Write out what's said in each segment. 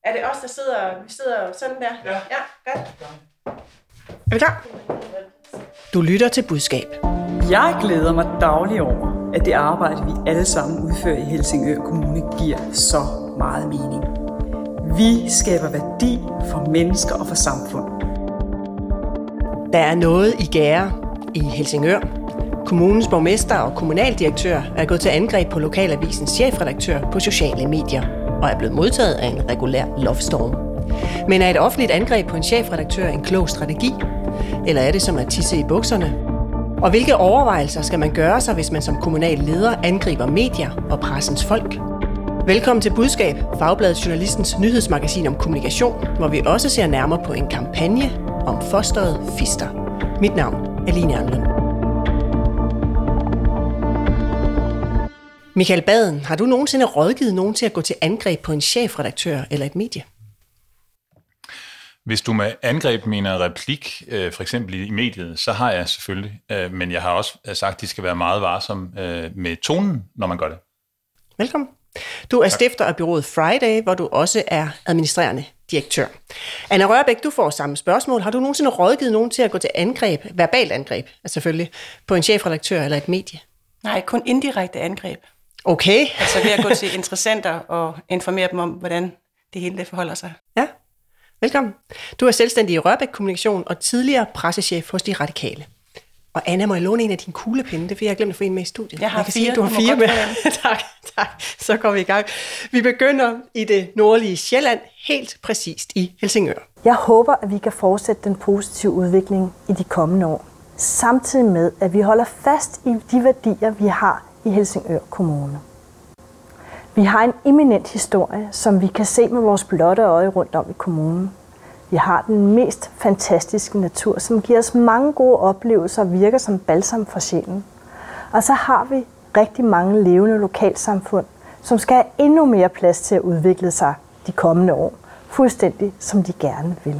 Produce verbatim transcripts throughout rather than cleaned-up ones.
Er det os, der sidder, vi sidder sådan der? Ja. Ja, godt. Er vi klar? Du lytter til Budskab. Jeg glæder mig dagligt over, at det arbejde, vi alle sammen udfører i Helsingør Kommune, giver så meget mening. Vi skaber værdi for mennesker og for samfund. Der er noget i gære i Helsingør. Kommunens borgmester og kommunaldirektør er gået til angreb på lokalavisens chefredaktør på sociale medier og er blevet modtaget af en regulær lovstorm. Men er et offentligt angreb på en chefredaktør en klog strategi? Eller er det som at tisse i bukserne? Og hvilke overvejelser skal man gøre sig, hvis man som kommunal leder angriber medier og pressens folk? Velkommen til Budskab, Fagbladet Journalistens nyhedsmagasin om kommunikation, hvor vi også ser nærmere på en kampagne om fosteret fister. Mit navn er Line Ernlund. Michael Baden, har du nogensinde rådgivet nogen til at gå til angreb på en chefredaktør eller et medie? Hvis du med angreb mener replik, øh, for eksempel i mediet, så har jeg selvfølgelig, øh, men jeg har også sagt, at de skal være meget varsomme øh, med tonen, når man gør det. Velkommen. Du er stifter af bureauet Friday, hvor du også er administrerende direktør. Anna Rørbæk, du får samme spørgsmål. Har du nogensinde rådgivet nogen til at gå til angreb, verbalt angreb, selvfølgelig, på en chefredaktør eller et medie? Nej, kun indirekte angreb. Okay. Altså ved at gå til interessenter og informere dem om, hvordan det hele det forholder sig. Ja, velkommen. Du er selvstændig i Rørbæk Kommunikation og tidligere pressechef hos De Radikale. Og Anna, må jeg låne en af dine kuglepinde? Det vil jeg glemt at få en med i studiet. Jeg har jeg kan fire. Sige, du har fire med. tak, tak. Så går vi i gang. Vi begynder i det nordlige Sjælland, helt præcist i Helsingør. Jeg håber, at vi kan fortsætte den positive udvikling i de kommende år. Samtidig med, at vi holder fast i de værdier, vi har i Helsingør Kommune. Vi har en eminent historie, som vi kan se med vores blotte øje rundt om i kommunen. Vi har den mest fantastiske natur, som giver os mange gode oplevelser og virker som balsam for sjælen. Og så har vi rigtig mange levende lokalsamfund, som skal have endnu mere plads til at udvikle sig de kommende år, fuldstændig som de gerne vil.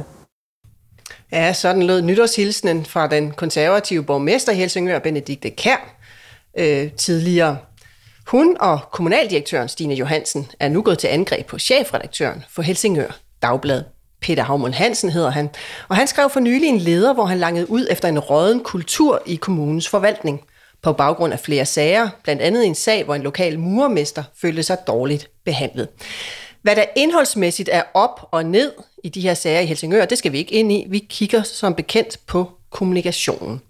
Ja, sådan lød nytårshilsenen fra den konservative borgmester i Helsingør, Benedikte Kjær, øh, tidligere. Hun og kommunaldirektøren Stine Johansen er nu gået til angreb på chefredaktøren for Helsingør Dagblad. Peter Haumund Hansen hedder han, og han skrev for nylig en leder, hvor han langede ud efter en rådden kultur i kommunens forvaltning. På baggrund af flere sager, blandt andet en sag, hvor en lokal murermester følte sig dårligt behandlet. Hvad der indholdsmæssigt er op og ned i de her sager i Helsingør, det skal vi ikke ind i. Vi kigger som bekendt på kommunikationen.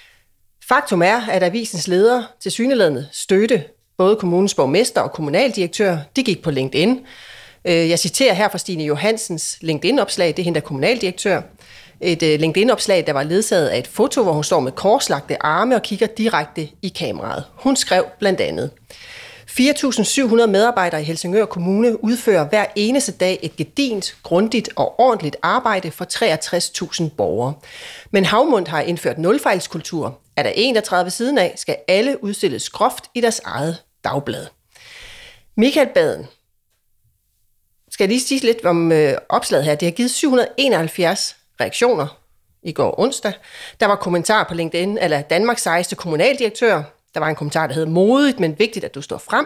Faktum er, at avisens leder tilsyneladende støtte både kommunens borgmester og kommunaldirektør. De gik på LinkedIn. Jeg citerer her fra Stine Johansens LinkedIn-opslag, det er hende, der er kommunaldirektør. Et LinkedIn-opslag, der var ledsaget af et foto, hvor hun står med korslagte arme og kigger direkte i kameraet. Hun skrev blandt andet: fire tusind syv hundrede medarbejdere i Helsingør Kommune udfører hver eneste dag et gedint, grundigt og ordentligt arbejde for treogtres tusind borgere. Men Haumund har indført nulfejlskultur. Er der enogtredive ved siden af, skal alle udstilles groft i deres eget dagblad. Michael Baden, skal jeg lige sige lidt om øh, opslaget her. Det har givet syv hundrede og enoghalvfjerds reaktioner i går onsdag. Der var kommentarer på LinkedIn, eller Danmarks sejeste kommunaldirektør. Der var en kommentar, der hed: modigt, men vigtigt, at du står frem.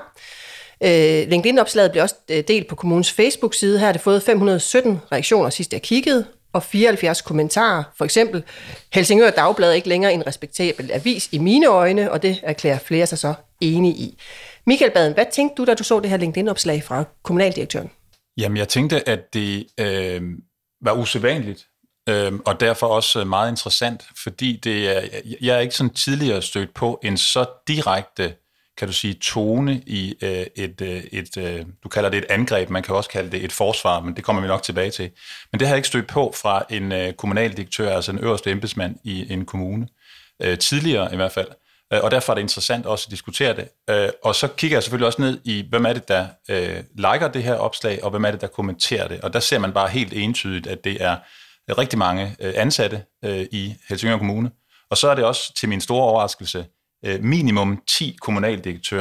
Øh, LinkedIn-opslaget blev også delt på kommunens Facebook-side. Her har det fået fem hundrede og sytten reaktioner sidst jeg kiggede, og fireoghalvfjerds kommentarer. For eksempel: Helsingør Dagblad er ikke længere en respektabel avis i mine øjne, og det erklærer flere sig så enige i. Michael Baden, hvad tænkte du, da du så det her LinkedIn-opslag fra kommunaldirektøren? Jamen, jeg tænkte, at det øh, var usædvanligt, øh, og derfor også meget interessant, fordi det er, jeg er ikke sådan tidligere stødt på en så direkte, kan du sige, tone i øh, et, øh, et øh, du kalder det et angreb, man kan også kalde det et forsvar, men det kommer vi nok tilbage til. Men det har jeg ikke stødt på fra en øh, kommunaldirektør, altså en øverste embedsmand i en kommune, øh, tidligere i hvert fald. Og derfor er det interessant også at diskutere det. Og så kigger jeg selvfølgelig også ned i, hvem er det, der øh, liker det her opslag, og hvem er det, der kommenterer det. Og der ser man bare helt entydigt, at det er rigtig mange ansatte øh, i Helsingør Kommune. Og så er det også, til min store overraskelse, øh, minimum ti kommunaldirektører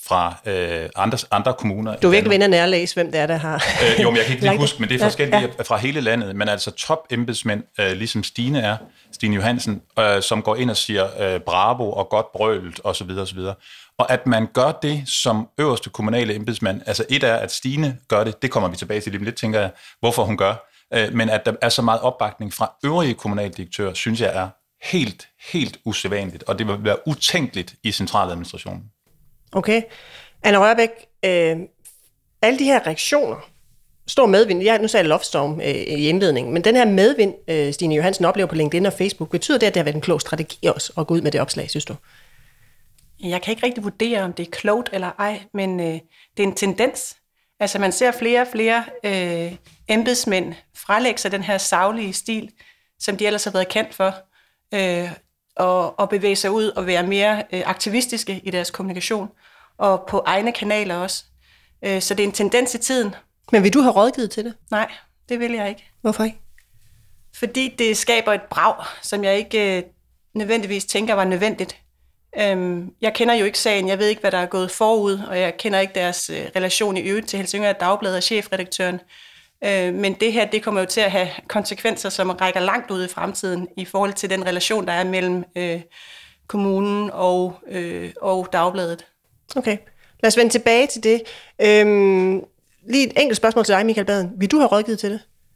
fra øh, andre, andre kommuner. Du vil ikke vinde at nærlæse, hvem det er, der har... øh, jo, men jeg kan ikke lige huske, men det er forskellige ja, ja. fra hele landet, men altså top embedsmænd, øh, ligesom Stine er, Stine Johansen, øh, som går ind og siger øh, bravo og godt brølt osv. osv. Og at man gør det som øverste kommunale embedsmand, altså et er, at Stine gør det, det kommer vi tilbage til lige lidt, tænker jeg, hvorfor hun gør, øh, men at der er så meget opbakning fra øvrige kommunaldirektører, synes jeg er helt, helt usædvanligt, og det vil være utænkeligt i centraladministrationen. Okay. Anna Rørbæk, øh, alle de her reaktioner, stor medvind, jeg nu sagde Loftstorm øh, i indledningen, men den her medvind, øh, Stine Johansen oplever på LinkedIn og Facebook, betyder det, at det har været en klog strategi også at gå ud med det opslag, synes du? Jeg kan ikke rigtig vurdere, om det er klogt eller ej, men øh, det er en tendens. Altså man ser flere og flere øh, embedsmænd frelægge sig den her saglige stil, som de ellers har været kendt for, øh, og, og bevæge sig ud og være mere øh, aktivistiske i deres kommunikation, og på egne kanaler også. Øh, så det er en tendens i tiden. Men vil du have rådgivet til det? Nej, det vil jeg ikke. Hvorfor ikke? Fordi det skaber et brag, som jeg ikke øh, nødvendigvis tænker var nødvendigt. Øhm, jeg kender jo ikke sagen, jeg ved ikke, hvad der er gået forud, og jeg kender ikke deres øh, relation i øvrigt til Helsingør Dagblad og chefredaktøren. Øh, men det her, det kommer jo til at have konsekvenser, som rækker langt ud i fremtiden i forhold til den relation, der er mellem øh, kommunen og, øh, og Dagbladet. Okay, lad os vende tilbage til det. Øhm, lige et enkelt spørgsmål til dig, Michael Baden. Vil du have rådgivet til det?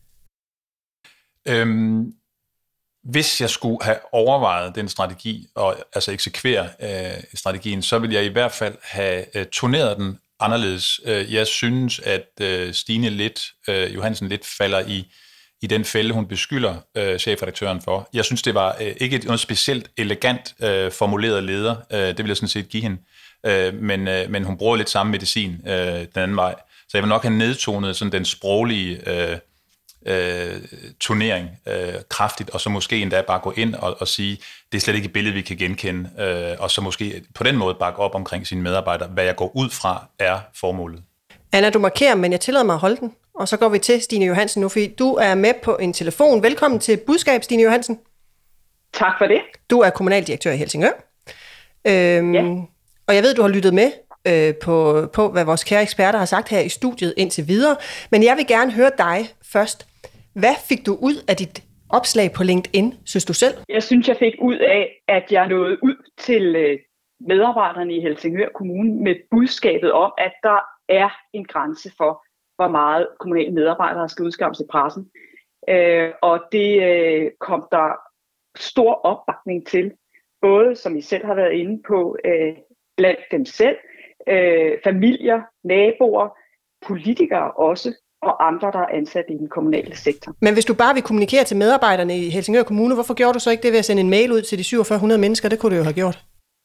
Øhm, hvis jeg skulle have overvejet den strategi, og altså eksekvere øh, strategien, så vil jeg i hvert fald have øh, turneret den anderledes. Jeg synes, at øh, Stine lidt, øh, Johansen lidt falder i, i den fælde, hun beskylder øh, chefredaktøren for. Jeg synes, det var øh, ikke noget specielt elegant øh, formuleret leder. Øh, det vil jeg sådan set give hende. Øh, men, øh, men hun bruger lidt samme medicin øh, den anden vej. Så jeg vil nok have nedtonet sådan den sproglige øh, øh, turnering øh, kraftigt, og så måske endda bare gå ind og, og sige, det er slet ikke et billede, vi kan genkende, øh, og så måske på den måde bakke op omkring sine medarbejdere, hvad jeg går ud fra er formålet. Anna, du markerer, men jeg tillader mig at holde den, og så går vi til Stine Johansen nu, fordi du er med på en telefon. Velkommen til Budskab, Stine Johansen. Tak for det. Du er kommunaldirektør i Helsingør, øhm, ja. Og jeg ved, du har lyttet med øh, på, på, hvad vores kære eksperter har sagt her i studiet indtil videre, men jeg vil gerne høre dig først. Hvad fik du ud af dit opslag på LinkedIn, synes du selv? Jeg synes, jeg fik ud af, at jeg nåede ud til medarbejderne i Helsingør Kommune med budskabet om, at der er en grænse for, hvor meget kommunale medarbejdere skal udskammes i pressen. Og det kom der stor opbakning til, både som I selv har været inde på, blandt dem selv, familier, naboer, politikere også, og andre, der er ansat i den kommunale sektor. Men hvis du bare vil kommunikere til medarbejderne i Helsingør Kommune, hvorfor gjorde du så ikke det ved at sende en mail ud til de syvogfyrre hundrede mennesker? Det kunne du jo have gjort.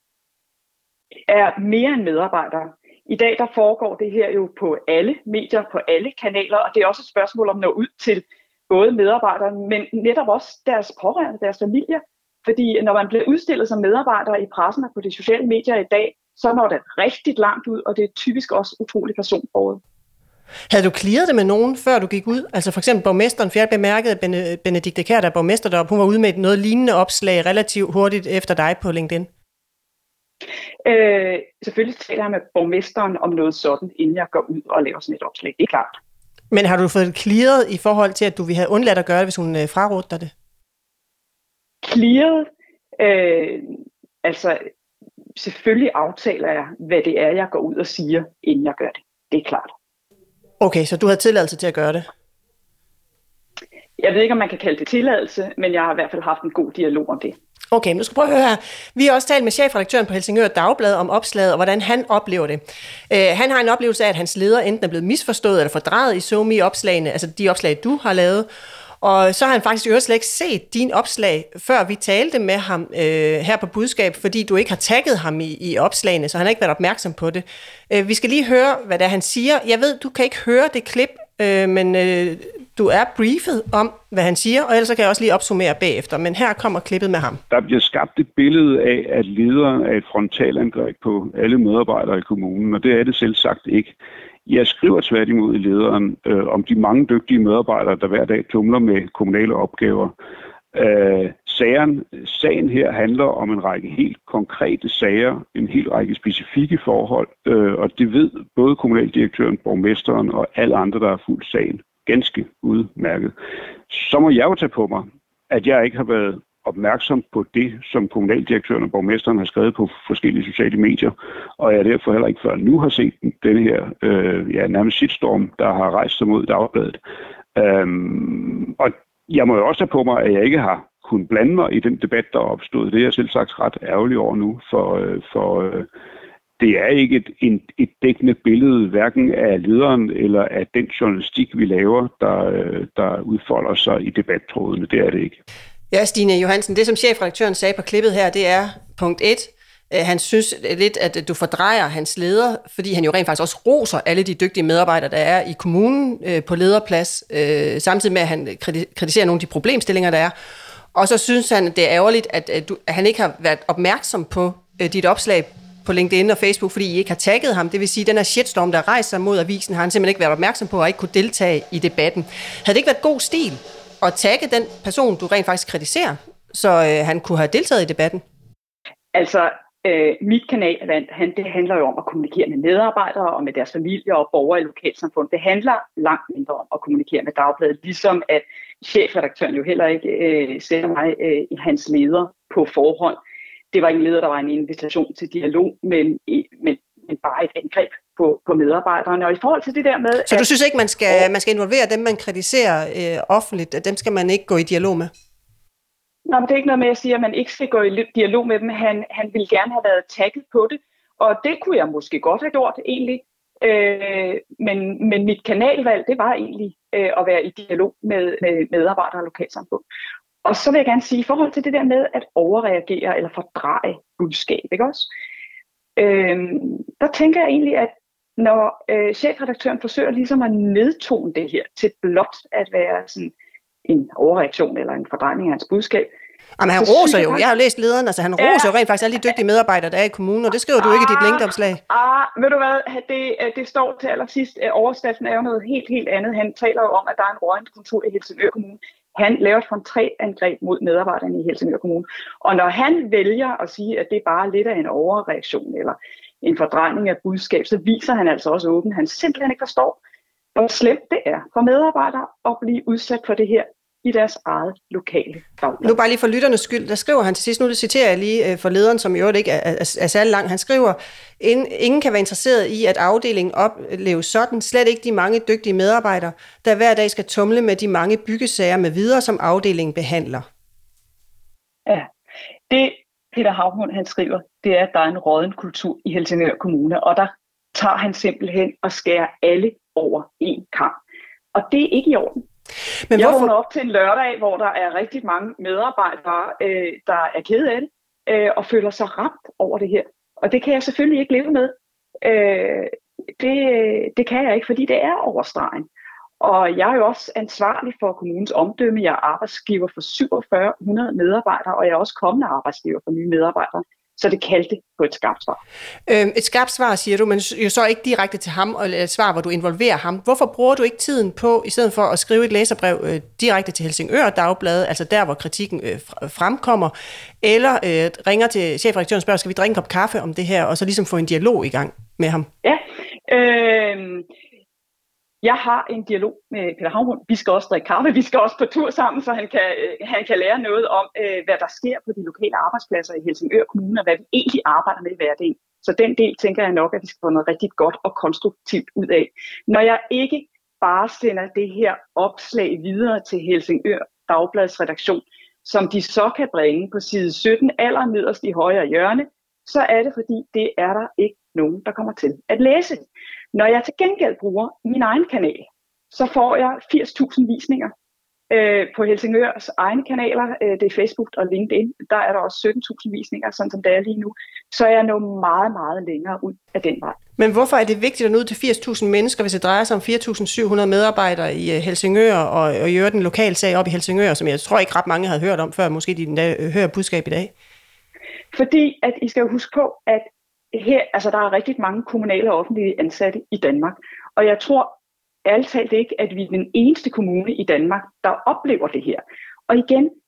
Er mere end medarbejdere. I dag der foregår det her jo på alle medier, på alle kanaler, og det er også et spørgsmål om at nå ud til både medarbejderne, men netop også deres pårørende, deres familier. Fordi når man bliver udstillet som medarbejder i pressen og på de sociale medier i dag, så når det rigtig langt ud, og det er typisk også utrolig personbåret. Havde du clearet det med nogen, før du gik ud? Altså for eksempel borgmesteren, for jeg bemærkede, at Benedikte Kjær, der er borgmester deroppe, hun var ude med noget lignende opslag relativt hurtigt efter dig på LinkedIn. Øh, selvfølgelig taler jeg med borgmesteren om noget sådan, inden jeg går ud og laver sådan et opslag. Det er klart. Men har du fået det clearet i forhold til, at du ville have undladt at gøre det, hvis hun øh, frarådte dig det? Clearet? Øh, altså, selvfølgelig aftaler jeg, hvad det er, jeg går ud og siger, inden jeg gør det. Det er klart. Okay, så du havde tilladelse til at gøre det? Jeg ved ikke, om man kan kalde det tilladelse, men jeg har i hvert fald haft en god dialog om det. Okay, men du skal prøve at høre her. Vi har også talt med chefredaktøren på Helsingør Dagblad om opslaget, og hvordan han oplever det. Uh, han har en oplevelse af, at hans leder enten er blevet misforstået eller fordrejet i SoMe-opslagene, altså de opslag, du har lavet. Og så har han faktisk jo slet ikke set dine opslag, før vi talte med ham øh, her på Budskab, fordi du ikke har tagget ham i, i opslagene, så han har ikke været opmærksom på det. Øh, vi skal lige høre, hvad det er, han siger. Jeg ved, du kan ikke høre det klip, øh, men øh, du er briefet om, hvad han siger, og ellers kan jeg også lige opsummere bagefter. Men her kommer klippet med ham. Der bliver skabt et billede af, at lederen er et frontalangreb på alle medarbejdere i kommunen, og det er det selv sagt ikke. Jeg skriver tværtimod i lederen øh, om de mange dygtige medarbejdere, der hver dag tumler med kommunale opgaver. Øh, sagen, sagen her handler om en række helt konkrete sager, en hel række specifikke forhold, øh, og det ved både kommunaldirektøren, borgmesteren og alle andre, der har fulgt sagen ganske udmærket. Så må jeg jo tage på mig, at jeg ikke har været opmærksom på det, som kommunaldirektøren og borgmesteren har skrevet på forskellige sociale medier, og jeg derfor heller ikke før nu har set denne her øh, ja, nærmest shitstorm, der har rejst sig mod Dagbladet. Øhm, og jeg må jo også have på mig, at jeg ikke har kunnet blande mig i den debat, der er opstået. Det er jeg selv sagt ret ærgerlig over nu, for, øh, for øh, det er ikke et, en, et dækkende billede, hverken af lederen eller af den journalistik, vi laver, der, øh, der udfolder sig i debattrådene. Det er det ikke. Ja, Stine Johansen, det som chefredaktøren sagde på klippet her, det er punkt et. Han synes lidt, at du fordrejer hans leder, fordi han jo rent faktisk også roser alle de dygtige medarbejdere, der er i kommunen på lederplads, samtidig med, at han kritiserer nogle af de problemstillinger, der er. Og så synes han, det er ærgerligt, at, du, at han ikke har været opmærksom på dit opslag på LinkedIn og Facebook, fordi I ikke har tagget ham. Det vil sige, at den her shitstorm, der rejser mod avisen, har han simpelthen ikke været opmærksom på og ikke kunne deltage i debatten. Havde det ikke været god stil at tagge den person, du rent faktisk kritiserer, så øh, han kunne have deltaget i debatten? Altså, øh, mit kanalvalg, det handler jo om at kommunikere med medarbejdere og med deres familier og borgere i lokalsamfund. Det handler langt mindre om at kommunikere med Dagbladet, ligesom at chefredaktøren jo heller ikke øh, sætter mig øh, i hans leder på forhånd. Det var ikke en leder, der var en invitation til dialog, men, men, men bare et angreb på, på medarbejderne. Og i forhold til det der med... Så du synes ikke, man skal, man skal involvere dem, man kritiserer øh, offentligt, at dem skal man ikke gå i dialog med? Nej, men det er ikke noget med at sige, at man ikke skal gå i dialog med dem. Han, han ville gerne have været tagget på det, og det kunne jeg måske godt have gjort egentlig. Øh, men, men mit kanalvalg, det var egentlig øh, at være i dialog med, med medarbejdere og lokalsamfund. Og så vil jeg gerne sige, i forhold til det der med at overreagere eller fordreje budskab, ikke også? Øh, der tænker jeg egentlig, at når øh, chefredaktøren forsøger ligesom at nedtone det her til blot at være sådan en overreaktion eller en fordrejning af hans budskab. Jamen han roser jo, jeg har jo læst lederen, altså han roser jo rent faktisk alle de dygtige medarbejdere, der er i kommunen, og det skriver du ikke i dit LinkedIn-opslag. Ah, ved du hvad, det, det står til allersidst, overskriften er jo noget helt, helt andet. Han taler jo om, at der er en rådden kultur i Helsingør Kommune. Han laver et frontale-angreb mod medarbejderne i Helsingør Kommune. Og når han vælger at sige, at det er bare lidt af en overreaktion eller en fordrejning af budskab, så viser han altså også åbent, at han simpelthen ikke forstår, hvor slemt det er for medarbejdere at blive udsat for det her i deres eget lokale dagblad. Nu bare lige for lytternes skyld, der skriver han til sidst, nu det citerer jeg lige for lederen, som i øvrigt ikke er, er, er særlig lang, han skriver, ingen kan være interesseret i, at afdelingen opleves sådan, slet ikke de mange dygtige medarbejdere, der hver dag skal tumle med de mange byggesager med videre, som afdelingen behandler. Ja, det Peter Havmund han skriver, det er, at der er en rådden kultur i Helsingør Kommune, og der tager han simpelthen og skærer alle over en kam. Og det er ikke i orden. Men jeg hvorfor... vågner op til en lørdag, hvor der er rigtig mange medarbejdere, øh, der er kede af det, øh, og føler sig ramt over det her. Og det kan jeg selvfølgelig ikke leve med. Øh, det, det kan jeg ikke, fordi det er over stregen. Og jeg er jo også ansvarlig for kommunens omdømme. Jeg er arbejdsgiver for syvogfyrre hundrede medarbejdere, og jeg er også kommende arbejdsgiver for nye medarbejdere. Så det kaldte på et skarpt svar. Øhm, et skarpt svar, siger du, men jo så ikke direkte til ham, og et svar, hvor du involverer ham. Hvorfor bruger du ikke tiden på, i stedet for at skrive et læserbrev øh, direkte til Helsingør Dagblad, altså der, hvor kritikken øh, fremkommer, eller øh, ringer til chefredaktøren og spørger, skal vi drikke en kop kaffe om det her, og så ligesom få en dialog i gang med ham? Ja, øh... Jeg har en dialog med Peter Havmund. Vi skal også drikke kaffe. Vi skal også på tur sammen, så han kan, han kan lære noget om, øh, hvad der sker på de lokale arbejdspladser i Helsingør Kommune, og hvad vi egentlig arbejder med i hverdagen. Så den del tænker jeg nok, at vi skal få noget rigtig godt og konstruktivt ud af. Når jeg ikke bare sender det her opslag videre til Helsingør Dagbladets redaktion, som de så kan bringe på side sytten allernederst i højre hjørne, så er det fordi, det er der ikke nogen, der kommer til at læse. Når jeg til gengæld bruger min egen kanal, så får jeg firs tusind visninger øh, på Helsingørs egne kanaler. Øh, det er Facebook og LinkedIn. Der er der også sytten tusind visninger, sådan som det er lige nu. Så er jeg nå meget, meget længere ud af den vej. Men hvorfor er det vigtigt at nå ud til firs tusind mennesker, hvis det drejer sig om fire tusind syv hundrede medarbejdere i Helsingør, og, og gjøre den lokale sag op i Helsingør, som jeg tror ikke ret mange havde hørt om før, måske de den hører budskab i dag? Fordi at I skal jo huske på, at her, altså der er rigtig mange kommunale og offentlige ansatte i Danmark. Og jeg tror ærligt talt ikke, at vi er den eneste kommune i Danmark, der oplever det her. Og igen,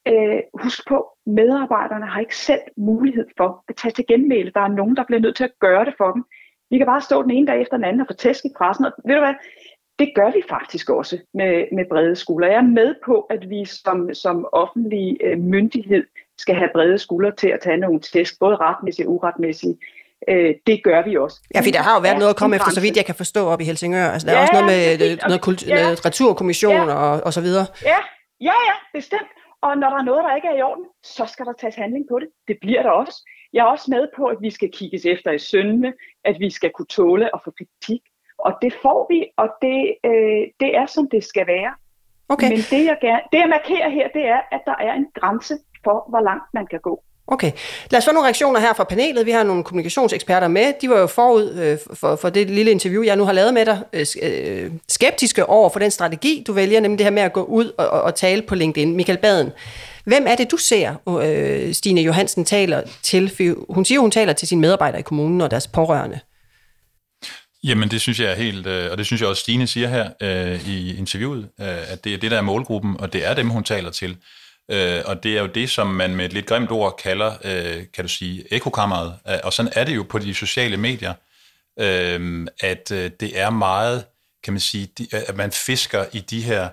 øh, husk på, medarbejderne har ikke selv mulighed for at tage til genmæle. Der er nogen, der bliver nødt til at gøre det for dem. Vi kan bare stå den ene dag efter den anden og få tæsk i pressen. Og ved du hvad? Det gør vi faktisk også med, med brede skuldre. Jeg er med på, at vi som, som offentlig øh, myndighed skal have brede skuldre til at tage nogle tæsk, både retmæssigt og uretmæssigt. Øh, det gør vi også. Ja, for der har jo været noget at komme efter, så vidt jeg kan forstå, op i Helsingør. Altså, der er ja, også noget med det, noget, kult, ja, noget returkommission ja, og, og så videre. Ja, ja, ja, bestemt. Og når der er noget, der ikke er i orden, så skal der tages handling på det. Det bliver der også. Jeg er også med på, at vi skal kigges efter i sømmene, at vi skal kunne tåle og få kritik. Og det får vi, og det, øh, det er, som det skal være. Okay. Men det jeg, gerne, det, jeg markerer her, det er, at der er en grænse for, hvor langt man kan gå. Okay. Lad os få nogle reaktioner her fra panelet. Vi har nogle kommunikationseksperter med. De var jo forud øh, for, for det lille interview, jeg nu har lavet med dig, øh, skeptiske over for den strategi, du vælger, nemlig det her med at gå ud og, og, og tale på LinkedIn. Michael Baden, hvem er det, du ser, øh, Stine Johansen taler til? For hun siger, hun taler til sine medarbejdere i kommunen og deres pårørende. Jamen, det synes jeg er helt, og det synes jeg også Stine siger her øh, i interviewet, øh, at det er det, der er målgruppen, og det er dem, hun taler til. Øh, og det er jo det, som man med et lidt grimt ord kalder, øh, kan du sige, ekokammeret. Og sådan er det jo på de sociale medier, øh, at øh, det er meget, kan man sige, de, at man fisker i de her,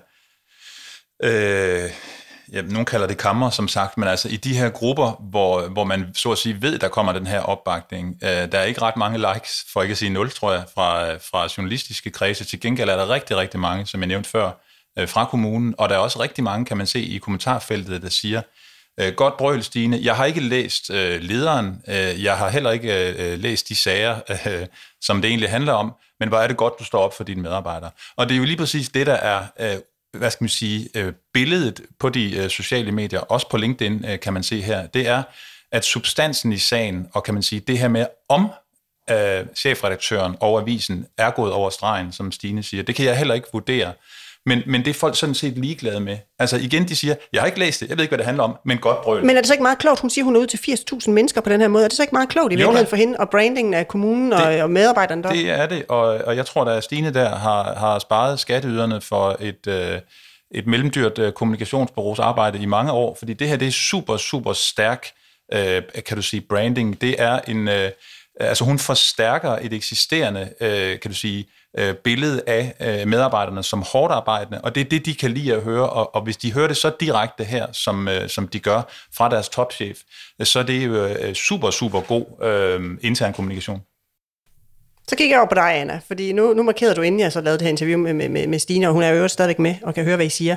øh, ja, nogen kalder det kammer, som sagt, men altså i de her grupper, hvor, hvor man så at sige ved, der kommer den her opbakning. Øh, der er ikke ret mange likes, for ikke at sige nul, tror jeg, fra, fra journalistiske kredse. Til gengæld er der rigtig, rigtig mange, som jeg nævnte før, fra kommunen, og der er også rigtig mange, kan man se i kommentarfeltet, der siger, godt brøl, Stine, jeg har ikke læst øh, lederen, øh, jeg har heller ikke øh, læst de sager, øh, som det egentlig handler om, men hvor er det godt, du står op for dine medarbejdere. Og det er jo lige præcis det, der er, øh, hvad skal man sige, øh, billedet på de øh, sociale medier, også på LinkedIn, øh, kan man se her, det er, at substansen i sagen, og kan man sige, det her med om øh, chefredaktøren og avisen er gået over stregen, som Stine siger, det kan jeg heller ikke vurdere. Men, men det er folk sådan set ligeglade med. Altså igen, de siger, jeg har ikke læst det, jeg ved ikke, hvad det handler om, men godt brøl. Men er det så ikke meget klogt? Hun siger, hun er ude til firs tusind mennesker på den her måde. Er det så ikke meget klogt i virkeligheden for hende, og brandingen af kommunen og, og medarbejderne der? Det er det, og, og jeg tror, at Stine der har, har sparet skatteyderne for et, øh, et mellemdyrt øh, kommunikationsbureaus arbejde i mange år, fordi det her, det er super, super stærk, øh, kan du sige, branding. Det er en, øh, altså hun forstærker et eksisterende, øh, kan du sige, billede af øh, medarbejderne som hårdt arbejdende, og det er det, de kan lide at høre, og, og hvis de hører det så direkte her, som, øh, som de gør fra deres topchef, så er det jo øh, super, super god øh, intern kommunikation. Så kigger jeg over på dig, Anna, fordi nu, nu markerede du, inden jeg så lavede det her interview med, med, med Stine, og hun er jo stadigvæk med og kan høre, hvad I siger.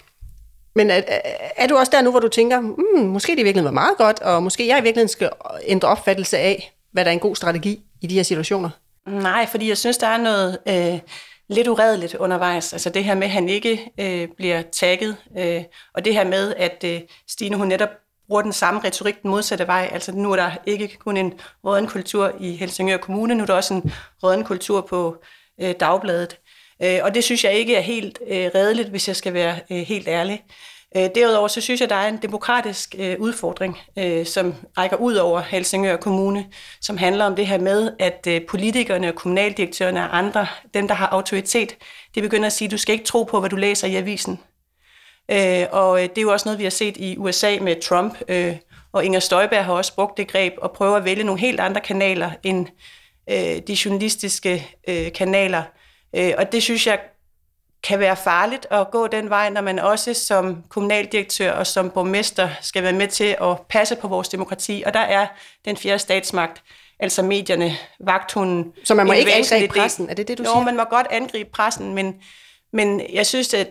Men er, er du også der nu, hvor du tænker, hmm, måske det virkelig var meget godt, og måske jeg i virkeligheden skal ændre opfattelse af, hvad der er en god strategi i de her situationer? Nej, fordi jeg synes, der er noget øh, lidt uredeligt undervejs. Altså det her med, at han ikke øh, bliver tagget, øh, og det her med, at øh, Stine hun netop bruger den samme retorik den modsatte vej. Altså nu er der ikke kun en rådden kultur i Helsingør Kommune, nu er der også en rådden kultur på øh, Dagbladet. Øh, og det synes jeg ikke er helt øh, redeligt, hvis jeg skal være øh, helt ærlig. Øh, derudover så synes jeg, der er en demokratisk øh, udfordring, øh, som rækker ud over Helsingør Kommune, som handler om det her med, at øh, politikerne og kommunaldirektørerne og andre, dem der har autoritet, de begynder at sige, du skal ikke tro på, hvad du læser i avisen. Øh, og det er jo også noget, vi har set i U S A med Trump, øh, og Inger Støjberg har også brugt det greb og prøver at vælge nogle helt andre kanaler end øh, de journalistiske øh, kanaler. Øh, og det synes jeg kan være farligt at gå den vej, når man også som kommunaldirektør og som borgmester skal være med til at passe på vores demokrati. Og der er den fjerde statsmagt, altså medierne, vagthunden. Så man må ikke angribe pressen, er det det, du jo, siger? Jo, man må godt angribe pressen, men, men jeg synes, at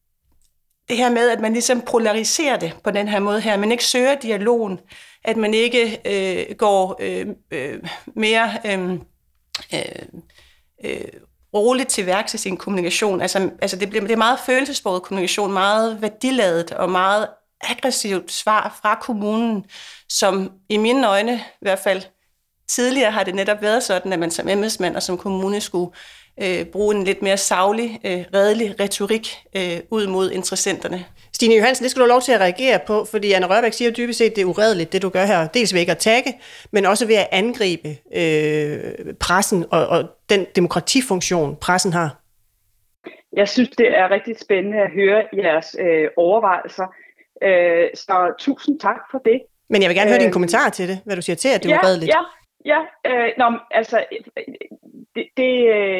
det her med, at man ligesom polariserer det på den her måde her, man ikke søger dialogen, at man ikke øh, går øh, øh, mere øh, øh, roligt til værks i sin kommunikation. Altså, altså det, bliver, det er meget følelsesbåret kommunikation, meget værdiladet og meget aggressivt svar fra kommunen, som i mine øjne i hvert fald tidligere har det netop været sådan, at man som embedsmand og som kommune skulle øh, bruge en lidt mere saglig, øh, redelig retorik øh, ud mod interessenterne. Stine Johansen, det skal du have lov til at reagere på, fordi Anna Rørbæk siger dybest set, det er uredeligt, det du gør her. Dels ved ikke at tagge, men også ved at angribe øh, pressen og, og den demokratifunktion, pressen har. Jeg synes, det er rigtig spændende at høre jeres øh, overvejelser. Øh, så tusind tak for det. Men jeg vil gerne høre øh, dine kommentarer til det, hvad du siger til, at det er ja, uredeligt. Ja, ja. Øh, nå, altså, det, det,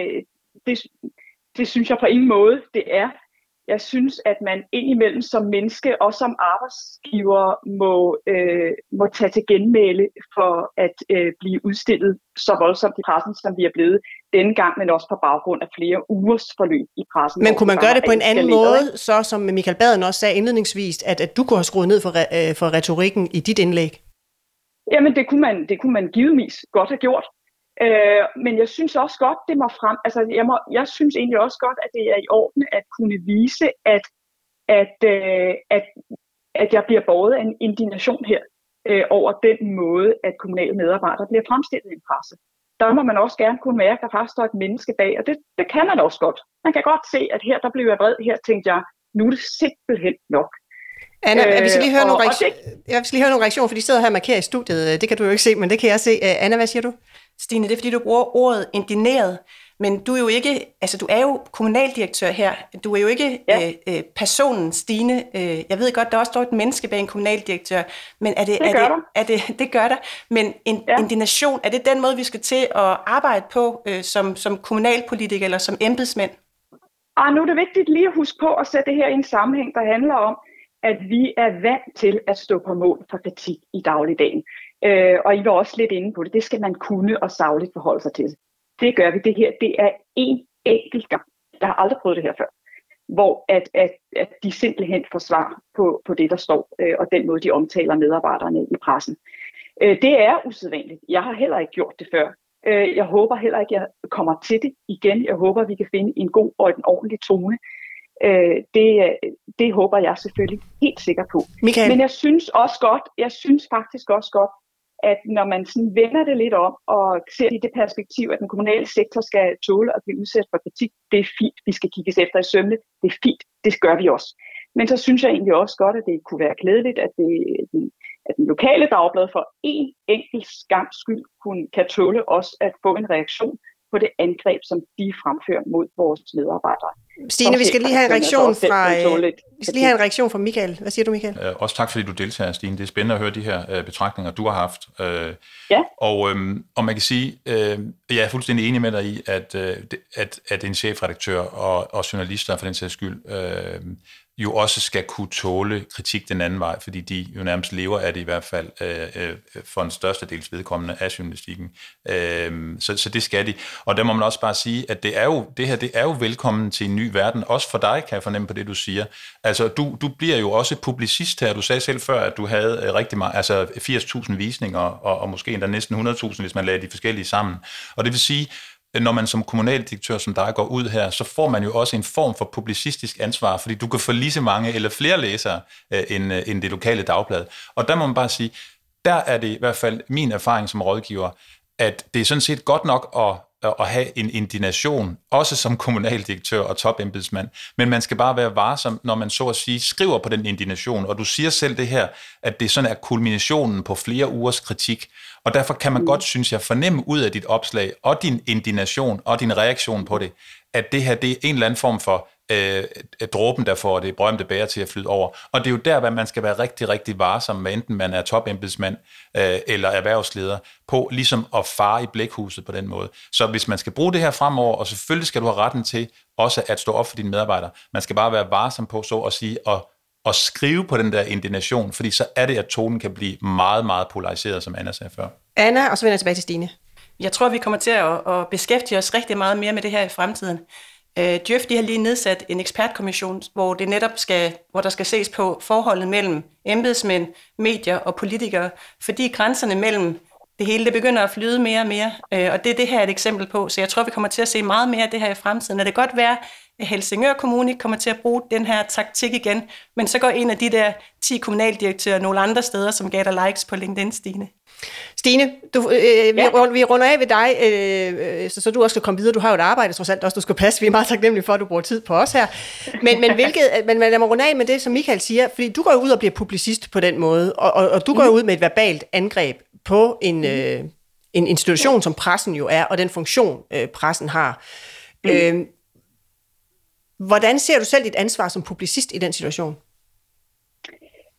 det, det synes jeg på ingen måde, det er. Jeg synes, at man indimellem som menneske og som arbejdsgiver må, øh, må tage til genmæle for at øh, blive udstillet så voldsomt i pressen, som vi er blevet denne gang, men også på baggrund af flere ugers forløb i pressen. Men kunne man gøre det på en anden måde, så som Michael Baden også sagde indledningsvis, at, at du kunne have skruet ned for, øh, for retorikken i dit indlæg? Jamen, det kunne man, det kunne man givetvis godt have gjort. Øh, men jeg synes også godt, det må frem. Altså, jeg, må, jeg synes egentlig også godt, at det er i orden at kunne vise, at, at, øh, at, at jeg bliver båret af en indignation her øh, over den måde, at kommunale medarbejdere bliver fremstillet i en presse. Der må man også gerne kunne mærke, at der faktisk står et menneske bag, og det, det kan man også godt. Man kan godt se, at her der blev jeg vred, her tænkte jeg, nu er det simpelthen nok. Anna, øh, vi skal lige høre og, nogle reaktioner. Det... Jeg skal lige høre nogle reaktioner, for de sidder her og markerer i studiet. Det kan du jo ikke se, men det kan jeg se. Anna, hvad siger du? Stine, det er fordi, du bruger ordet indigneret, men du er jo ikke, altså du er jo kommunaldirektør her. Du er jo ikke ja. øh, personen, Stine. Øh, jeg ved godt, der også står et menneske bag en kommunaldirektør, men er det, det er gør det, der. er det, det gør der. Men en, ja. indignation, er det den måde, vi skal til at arbejde på øh, som, som kommunalpolitiker eller som embedsmænd? Ah, nu er det vigtigt lige at huske på at sætte det her i en sammenhæng, der handler om, at vi er vant til at stå på mål for kritik i dagligdagen. Øh, og I var også lidt inde på det. Det skal man kunne og sagligt forholde sig til. Det gør vi. Det her, det er en enkelt gang. Jeg har aldrig prøvet det her før. Hvor at, at, at de simpelthen får svar på, på det, der står, øh, og den måde, de omtaler medarbejderne i pressen. Øh, det er usædvanligt. Jeg har heller ikke gjort det før. Øh, jeg håber heller ikke, at jeg kommer til det igen. Jeg håber, at vi kan finde en god og en ordentlig tone. Øh, det, det håber jeg selvfølgelig helt sikker på. Michael. Men jeg synes også godt, jeg synes faktisk også godt, at når man sådan vender det lidt om og ser i det perspektiv, at den kommunale sektor skal tåle at blive udsat for kritik, det er fint, vi skal kigges efter i sømne, det er fint, det gør vi også. Men så synes jeg egentlig også godt, at det kunne være klædeligt, at, det, at den lokale dagblad for én enkelt skams skyld kunne, kan tåle også at få en reaktion på det angreb, som de fremfører mod vores medarbejdere. Stine, vi skal lige have en reaktion fra, vi skal lige have en reaktion fra Michael. Hvad siger du, Michael? Øh, også tak, fordi du deltager, Stine. Det er spændende at høre de her øh, betragtninger, du har haft. Øh, ja. Og, øh, og man kan sige, øh, jeg er fuldstændig enig med dig i, at, øh, at, at en chefredaktør og, og journalister for den sags skyld øh, jo også skal kunne tåle kritik den anden vej, fordi de jo nærmest lever af det i hvert fald øh, for en største dels vedkommende af journalistikken. Øh, så, så det skal de. Og der må man også bare sige, at det er jo, det her det er jo velkommen til en ny verden, også for dig, kan jeg fornemme på det, du siger. Altså, du, du bliver jo også publicist her. Du sagde selv før, at du havde rigtig meget, altså firs tusind visninger, og, og måske endda næsten hundrede tusind, hvis man lagde de forskellige sammen. Og det vil sige, når man som kommunaldirektør som dig går ud her, så får man jo også en form for publicistisk ansvar, fordi du kan få lige så mange eller flere læsere øh, end, øh, end det lokale dagblad. Og der må man bare sige, der er det i hvert fald min erfaring som rådgiver, at det er sådan set godt nok at at have en indignation, også som kommunaldirektør og topembedsmand, men man skal bare være varsom, når man så at sige skriver på den indignation, og du siger selv det her, at det sådan er kulminationen på flere ugers kritik, og derfor kan man mm. godt, synes jeg, fornemme ud af dit opslag, og din indignation, og din reaktion på det, at det her, det er en eller anden form for øh, dråben, der får det berømte bæger til at flyde over. Og det er jo der, hvad man skal være rigtig, rigtig varsom med, enten man er topembedsmand øh, eller erhvervsleder, på ligesom at fare i blækhuset på den måde. Så hvis man skal bruge det her fremover, og selvfølgelig skal du have retten til også at stå op for dine medarbejdere, man skal bare være varsom på så at sige, og, og skrive på den der indignation, fordi så er det, at tonen kan blive meget, meget polariseret, som Anna sagde før. Anna, og så vender jeg tilbage til Stine. Jeg tror, vi kommer til at, at beskæftige os rigtig meget mere med det her i fremtiden. Uh, D J Ø F de har lige nedsat en ekspertkommission, hvor det netop skal, hvor der skal ses på forholdet mellem embedsmænd, medier og politikere, fordi grænserne mellem det hele det begynder at flyde mere og mere, uh, og det er det her et eksempel på. Så jeg tror, vi kommer til at se meget mere af det her i fremtiden. Og det kan godt være, at Helsingør Kommune kommer til at bruge den her taktik igen, men så går en af de der ti kommunaldirektører nogle andre steder, som gav dig likes på LinkedIn, Stine. Stine, du, øh, ja. vi, vi runder af ved dig, øh, så, så du også skal komme videre. Du har jo et arbejde, trods alt også, du skal passe. Vi er meget taknemmelige for, at du bruger tid på os her. Men, men, hvilket, men lad mig runde af med det, som Michael siger, fordi du går ud og bliver publicist på den måde, og, og, og du går mm. ud med et verbalt angreb på en, øh, en institution, som pressen jo er, og den funktion, øh, pressen har. Mm. Øh, hvordan ser du selv dit ansvar som publicist i den situation?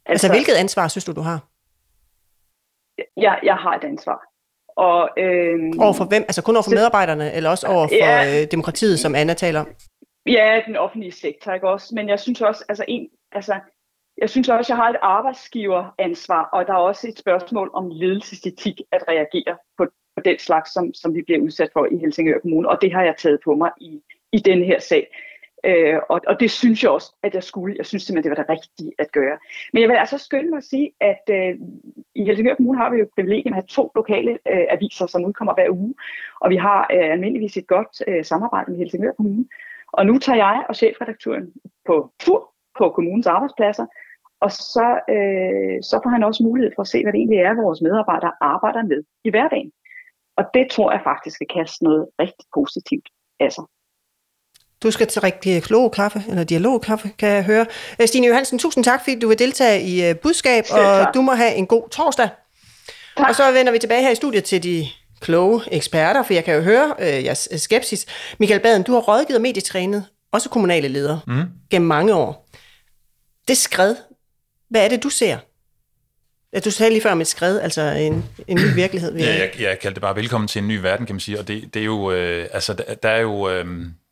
Altså, altså hvilket ansvar synes du, du har? Jeg, jeg har et ansvar. Og, øh, over for hvem? Altså kun over for så, medarbejderne, eller også over for ja, øh, demokratiet, som Anna taler om? Ja, den offentlige sektor, ikke også? Men jeg synes også, altså en, altså, jeg synes også, jeg har et arbejdsgiveransvar, og der er også et spørgsmål om ledelsesetik at reagere på, på den slags, som, som vi bliver udsat for i Helsingør Kommune, og det har jeg taget på mig i, i denne her sag. Øh, og, og det synes jeg også, at jeg skulle. Jeg synes simpelthen, det var det rigtige at gøre. Men jeg vil altså skynde mig at sige, at øh, i Helsingør Kommune har vi jo privilegium at have to lokale øh, aviser, som udkommer hver uge. Og vi har øh, almindeligvis et godt øh, samarbejde med Helsingør Kommune. Og nu tager jeg og chefredaktøren på tur på kommunens arbejdspladser, og så, øh, så får han også mulighed for at se, hvad det egentlig er, vores medarbejdere arbejder med i hverdagen. Og det tror jeg faktisk skal kaste noget rigtig positivt af sig. Du skal til rigtig klogekaffe, eller dialogkaffe, kan jeg høre. Stine Johansen, tusind tak, fordi du vil deltage i uh, budskab, og du må have en god torsdag. Tak. Og så vender vi tilbage her i studiet til de kloge eksperter, for jeg kan jo høre uh, jeres skepsis. Michael Baden, du har rådgivet og medietrænet, også kommunale ledere, mm. gennem mange år. Det skred, hvad er det, du ser? Du sagde lige før om et skred, altså en, en ny virkelighed. Ja, jeg, jeg kaldte det bare velkommen til en ny verden, kan man sige, og det, det er jo, øh, altså der, der er jo... Øh,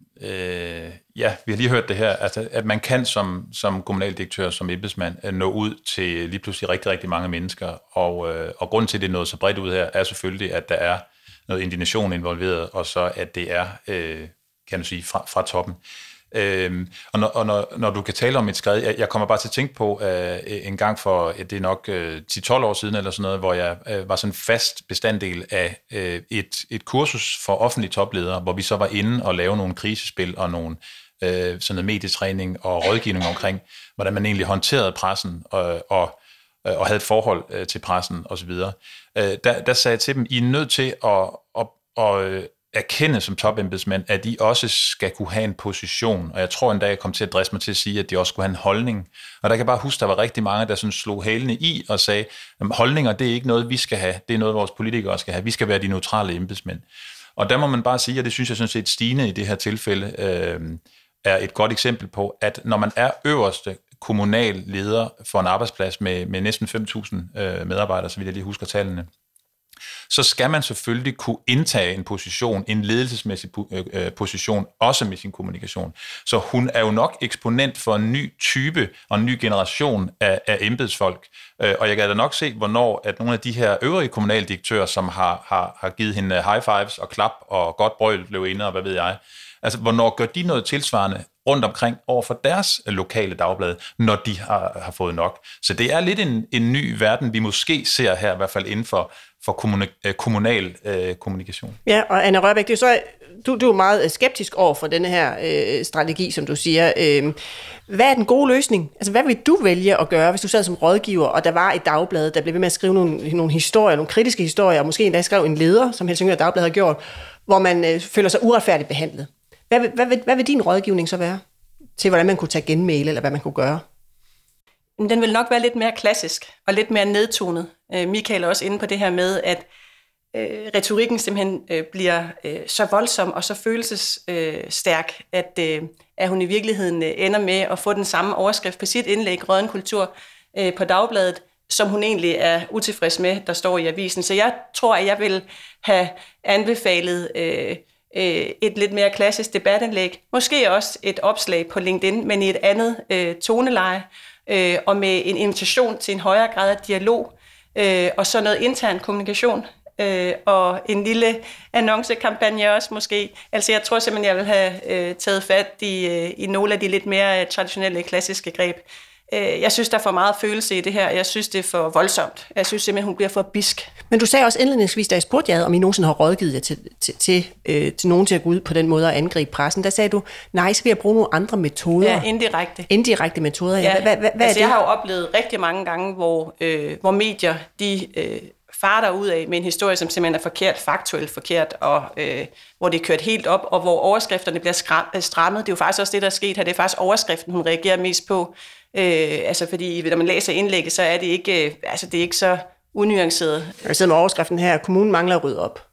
Øh, ja, vi har lige hørt det her, altså, at man kan som, som kommunaldirektør, som embedsmand, nå ud til lige pludselig rigtig, rigtig mange mennesker, og, øh, og grunden til, at det er noget så bredt ud her, er selvfølgelig, at der er noget indignation involveret, og så at det er, øh, kan du sige, fra, fra toppen. Øhm, og når, og når, når du kan tale om et skred, jeg, jeg kommer bare til at tænke på øh, en gang for, det er nok øh, ti til tolv år siden eller sådan noget, hvor jeg øh, var sådan fast bestanddel af øh, et, et kursus for offentlige topledere, hvor vi så var inde og lave nogle krisespil og nogle øh, sådan noget medietræning og rådgivning omkring, hvordan man egentlig håndterede pressen og, og, og havde et forhold øh, til pressen osv. Øh, der, der sagde jeg til dem, I er nødt til at, at, at erkende som topembedsmænd, at de også skal kunne have en position, og jeg tror endda, jeg kom til at dresse mig til at sige, at de også skulle have en holdning. Og der kan jeg bare huske, der var rigtig mange, der sådan slog hælene i og sagde, at holdninger, det er ikke noget, vi skal have, det er noget, vores politikere skal have, vi skal være de neutrale embedsmænd. Og der må man bare sige, og det synes jeg sådan set Stine i det her tilfælde øh, er et godt eksempel på, at når man er øverste kommunal leder for en arbejdsplads med, med næsten fem tusind øh, medarbejdere, så vidt jeg lige husker tallene, så skal man selvfølgelig kunne indtage en position, en ledelsesmæssig position, også med sin kommunikation. Så hun er jo nok eksponent for en ny type og en ny generation af, af embedsfolk. Og jeg kan da nok se, hvornår at nogle af de her øvrige kommunaldirektører, som har, har, har givet hende high fives og klap og godt brøl løb inde og hvad ved jeg, altså hvornår gør de noget tilsvarende rundt omkring over for deres lokale dagblade, når de har, har fået nok. Så det er lidt en, en ny verden, vi måske ser her, i hvert fald inden for, for kommunal, kommunal øh, kommunikation. Ja, og Anna Rørbæk, det er så, du, du er meget skeptisk over for denne her øh, strategi, som du siger. Øh, hvad er den gode løsning? Altså, hvad vil du vælge at gøre, hvis du sad som rådgiver, og der var et dagblad, der blev ved med at skrive nogle, nogle historier, nogle kritiske historier, og måske endda skrev en leder, som Helsingør Dagblad har gjort, hvor man øh, føler sig uretfærdigt behandlet. Hvad vil, hvad, vil, hvad vil din rådgivning så være til, hvordan man kunne tage genmæle, eller hvad man kunne gøre? Den vil nok være lidt mere klassisk og lidt mere nedtonet. Michael er også inde på det her med, at øh, retorikken simpelthen øh, bliver øh, så voldsom og så følelsesstærk, øh, at, øh, at hun i virkeligheden øh, ender med at få den samme overskrift på sit indlæg, Røden Kultur, øh, på Dagbladet, som hun egentlig er utilfreds med, der står i avisen. Så jeg tror, at jeg vil have anbefalet øh, et lidt mere klassisk debatindlæg, måske også et opslag på LinkedIn, men i et andet øh, toneleje, øh, og med en invitation til en højere grad af dialog, øh, og så noget intern kommunikation, øh, og en lille annoncekampagne også måske. Altså jeg tror simpelthen, jeg vil have øh, taget fat i, øh, i nogle af de lidt mere traditionelle, klassiske greb. Jeg synes, der er for meget følelse i det her. Jeg synes, det er for voldsomt. Jeg synes simpelthen, hun bliver for bisk. Men du sagde også indledningsvis, da jeg spurgte jer, om I nogensinde har rådgivet jer til, til, til, øh, til nogen til at gå ud på den måde og angribe pressen. Der sagde du, nej, skal vi bruge nogle andre metoder? Ja, indirekte. Indirekte metoder, ja. ja. Hvad, hvad, hvad altså, er det? Jeg har jo oplevet rigtig mange gange, hvor, øh, hvor medier, de øh, farter ud af med en historie, som simpelthen er forkert, faktuelt forkert, og øh, hvor det er kørt helt op, og hvor overskrifterne bliver skram- strammet. Det er jo faktisk også det, der er sket her. Det er faktisk overskriften, hun reagerer mest på. Øh, altså fordi, når man læser indlægget, så er det ikke, øh, altså det er ikke så unuanceret. Jeg sidder med overskriften her, kommunen mangler at rydde op.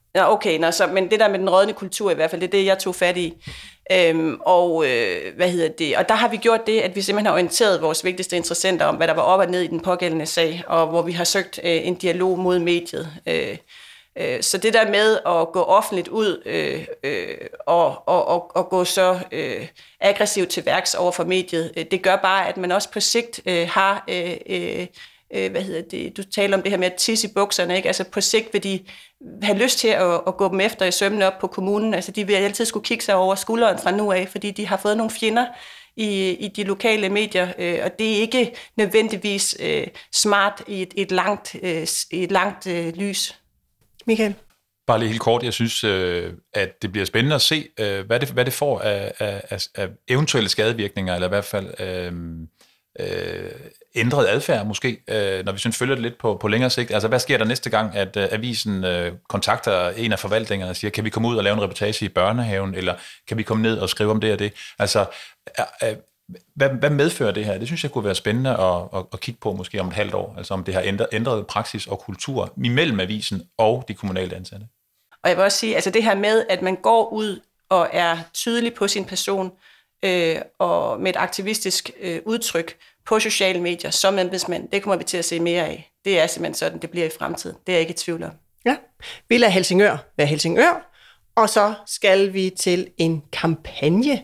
Ja, okay, nå, så, men det der med den rådne kultur i hvert fald, det er det, jeg tog fat i. Øhm, og øh, hvad hedder det? Og der har vi gjort det, at vi simpelthen har orienteret vores vigtigste interessenter om, hvad der var op og ned i den pågældende sag, og hvor vi har søgt øh, en dialog mod mediet. Øh, øh, så det der med at gå offentligt ud øh, øh, og, og, og, og gå så øh, aggressivt til værks over for mediet, øh, det gør bare, at man også på sigt øh, har... Øh, øh, Øh, hvad hedder det? Du taler om det her med at tisse i bukserne, ikke? Altså på sigt vil de have lyst til at, at gå dem efter i sømmene op på kommunen. Altså de vil altid skulle kigge sig over skulderen fra nu af, fordi de har fået nogle fjender i, i de lokale medier, øh, og det er ikke nødvendigvis øh, smart i et, et langt, øh, et langt øh, lys. Michael? Bare lige helt kort, jeg synes, øh, at det bliver spændende at se, øh, hvad, det, hvad det får af, af, af eventuelle skadevirkninger, eller i hvert fald... Øh, Øh, ændret adfærd måske, øh, når vi synes følger det lidt på, på længere sigt. Altså, hvad sker der næste gang, at øh, avisen øh, kontakter en af forvaltningerne og siger, kan vi komme ud og lave en reportage i børnehaven, eller kan vi komme ned og skrive om det og det? Altså, øh, øh, hvad, hvad medfører det her? Det synes jeg kunne være spændende at, at, at kigge på måske om et halvt år, altså om det har ændret, ændret praksis og kultur imellem avisen og de kommunale ansatte. Og jeg vil også sige, altså det her med, at man går ud og er tydelig på sin person, øh, og med et aktivistisk øh, udtryk på sociale medier som embedsmænd, det kommer vi til at se mere af. Det er simpelthen sådan, det bliver i fremtiden. Det er jeg ikke i tvivl om. Ja, vi lader Helsingør være Helsingør, og så skal vi til en kampagne.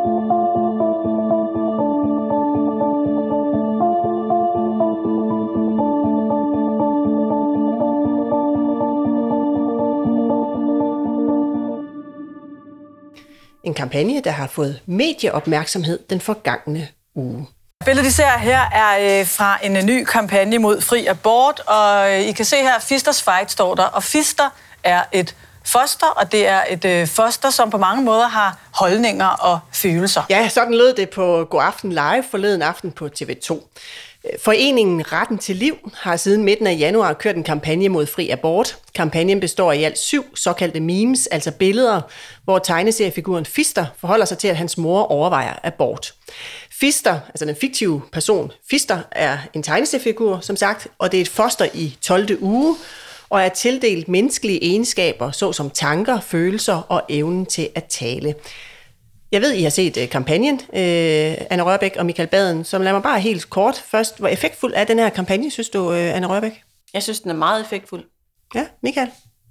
En kampagne, der har fået medieopmærksomhed den forgangne uge. Billedet, I ser her, er øh, fra en øh, ny kampagne mod fri abort, og øh, I kan se her, Fisters Fight står der, og Fister er et foster, og det er et øh, foster, som på mange måder har holdninger og følelser. Ja, sådan lød det på God Aften Live forleden aften på T V to. Foreningen Retten til Liv har siden midten af januar kørt en kampagne mod fri abort. Kampagnen består af i alt syv såkaldte memes, altså billeder, hvor tegneseriefiguren Fister forholder sig til, at hans mor overvejer abort. Fister, altså den fiktive person Fister, er en tegneseriefigur, som sagt, og det er et foster i tolvte uge, og er tildelt menneskelige egenskaber, såsom tanker, følelser og evnen til at tale. Jeg ved, I har set uh, kampagnen, uh, Anne Rørbæk og Michael Baden, så lad mig bare helt kort først. Hvor effektfuld er den her kampagne, synes du, uh, Anne Rørbæk? Jeg synes, den er meget effektfuld. Ja, Michael?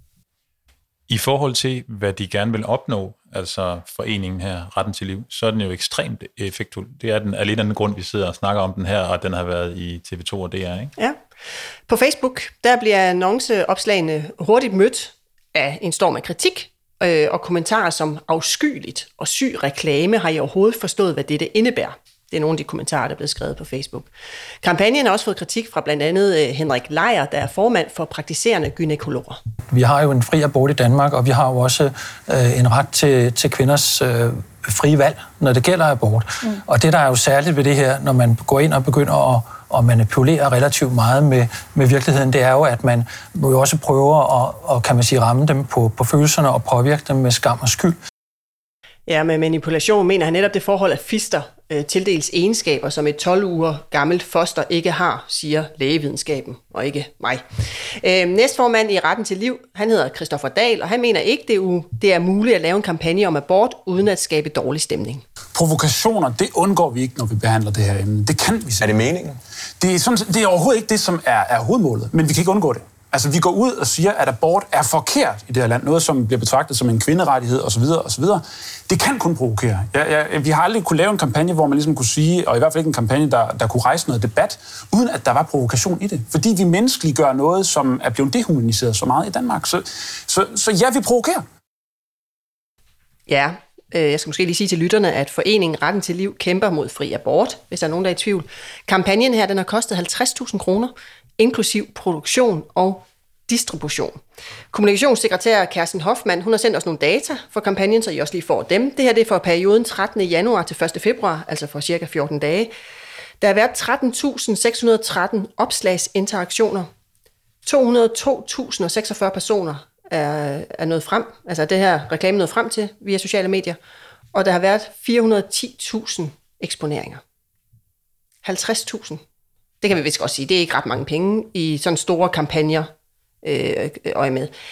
I forhold til, hvad de gerne vil opnå, altså foreningen her, Retten til Liv, så er den jo ekstremt effektfuld. Det er den alene af den grund, vi sidder og snakker om den her, og den har været i T V to og D R, ikke? Ja. På Facebook, der bliver annonceopslagene hurtigt mødt af en storm af kritik, og kommentarer som afskyeligt og syg reklame. Har I overhovedet forstået, hvad dette indebærer? Det er nogle af de kommentarer, der er blevet skrevet på Facebook. Kampagnen har også fået kritik fra blandt andet Henrik Lejer, der er formand for praktiserende gynækologer. Vi har jo en fri abort i Danmark, og vi har jo også øh, en ret til, til kvinders øh, frie valg, når det gælder abort. Mm. Og det, der er jo særligt ved det her, når man går ind og begynder at og manipulere relativt meget med, med virkeligheden, det er jo, at man jo også prøver at, og, kan man sige, ramme dem på, på følelserne og påvirke dem med skam og skyld. Ja, med manipulation mener han netop det forhold, at Fister øh, tildeles egenskaber, som et tolv uger gammelt foster ikke har, siger lægevidenskaben, og ikke mig. Øh, næstformand i Retten til Liv, han hedder Christoffer Dahl, og han mener ikke, det er, u- det er muligt at lave en kampagne om abort, uden at skabe dårlig stemning. Provokationer, det undgår vi ikke, når vi behandler det her emne. Det kan vi sige. Er det meningen? Det er, sådan, det er overhovedet ikke det, som er, er hovedmålet, men vi kan ikke undgå det. Altså, vi går ud og siger, at abort er forkert i det her land. Noget, som bliver betragtet som en kvinderettighed osv. osv. Det kan kun provokere. Ja, ja, vi har aldrig kunne lave en kampagne, hvor man ligesom kunne sige, og i hvert fald ikke en kampagne, der, der kunne rejse noget debat, uden at der var provokation i det. Fordi vi menneskeligt gør noget, som er blevet dehumaniseret så meget i Danmark. Så, så, så ja, vi provokerer. Ja, øh, jeg skal måske lige sige til lytterne, at foreningen Retten til Liv kæmper mod fri abort, hvis der er nogen, der er i tvivl. Kampagnen her, den har kostet halvtreds tusind kroner, inklusiv produktion og distribution. Kommunikationssekretær Kerstin Hoffmann, hun har sendt os nogle data for kampagnen, så I også lige får dem. Det her det er for perioden trettende januar til første februar, altså for cirka fjorten dage. Der har været tretten tusind seks hundrede og tretten opslagsinteraktioner. to hundrede og to tusind seksogfyrre personer er, er nået frem, altså det her reklame nået frem til via sociale medier. Og der har været fire hundrede og ti tusind eksponeringer. halvtreds tusind. Det kan vi vist godt sige, det er ikke ret mange penge i sådan store kampagner øh, øje med.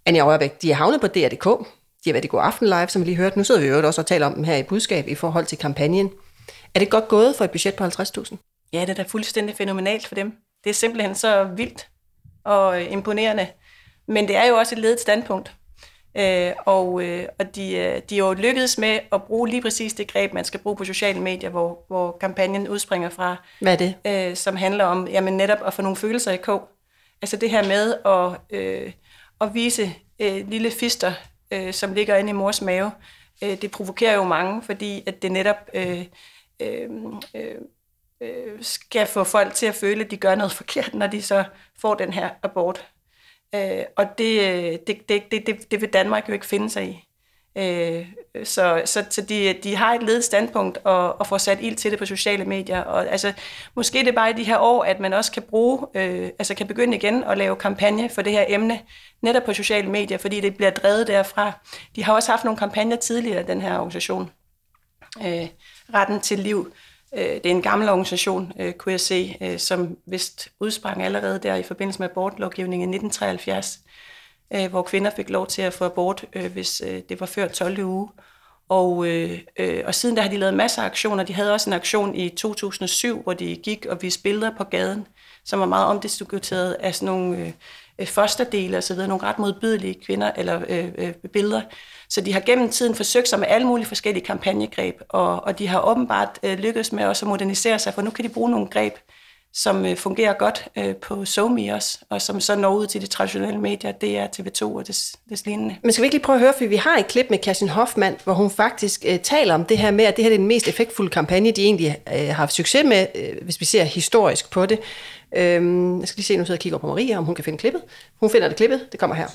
Anja Rørbæk, de er havnet på D R punktum d k. De har været i God Aften Live, som vi lige hørte. Nu sidder vi jo også og taler om dem her i budskab i forhold til kampagnen. Er det godt gået for et budget på halvtreds tusind? Ja, det er da fuldstændig fænomenalt for dem. Det er simpelthen så vildt og imponerende. Men det er jo også et ledet standpunkt. Øh, og øh, og de, de er jo lykkedes med at bruge lige præcis det greb, man skal bruge på sociale medier, hvor, hvor kampagnen udspringer fra. Hvad er det? Øh, som handler om jamen, netop at få nogle følelser i kog. Altså det her med at, øh, at vise øh, lille fister, øh, som ligger inde i mors mave. Øh, det provokerer jo mange, fordi at det netop øh, øh, øh, skal få folk til at føle, at de gør noget forkert, når de så får den her abort. Øh, og det, det, det, det, det vil Danmark jo ikke finde sig i. Øh, så så, så de, de har et ledet standpunkt og, og får sat ild til det på sociale medier. Og, altså, måske det er bare i de her år, at man også kan bruge, øh, altså kan begynde igen at lave kampagne for det her emne, netop på sociale medier, fordi det bliver drevet derfra. De har også haft nogle kampagner tidligere, den her organisation. Øh, Retten til liv. Det er en gammel organisation, kunne jeg se, som vist udsprang allerede der i forbindelse med abortlovgivningen i nitten treoghalvfjerds, hvor kvinder fik lov til at få abort, hvis det var før tolvte uge. Og, og siden der har de lavet masser af aktioner. De havde også en aktion i to tusind og syv, hvor de gik og viste billeder på gaden, som var meget omdiskuteret af sådan nogle fosterdele og så videre, nogle ret modbydelige kvinder eller øh, øh, billeder. Så de har gennem tiden forsøgt sig med alle mulige forskellige kampagnegreb, og, og de har åbenbart øh, lykkedes med også at modernisere sig, for nu kan de bruge nogle greb, som øh, fungerer godt øh, på SoMe også, og som så når ud til de traditionelle medier, D R, T V to og des, des lignende. Men skal vi ikke lige prøve at høre, for vi har et klip med Kerstin Hoffmann, hvor hun faktisk øh, taler om det her med, at det her er den mest effektfulde kampagne, de egentlig øh, har haft succes med, øh, hvis vi ser historisk på det. Øhm, jeg skal lige se, nu sidder jeg og kigger på Maria, om hun kan finde klippet. Hun finder det klippet, det kommer her.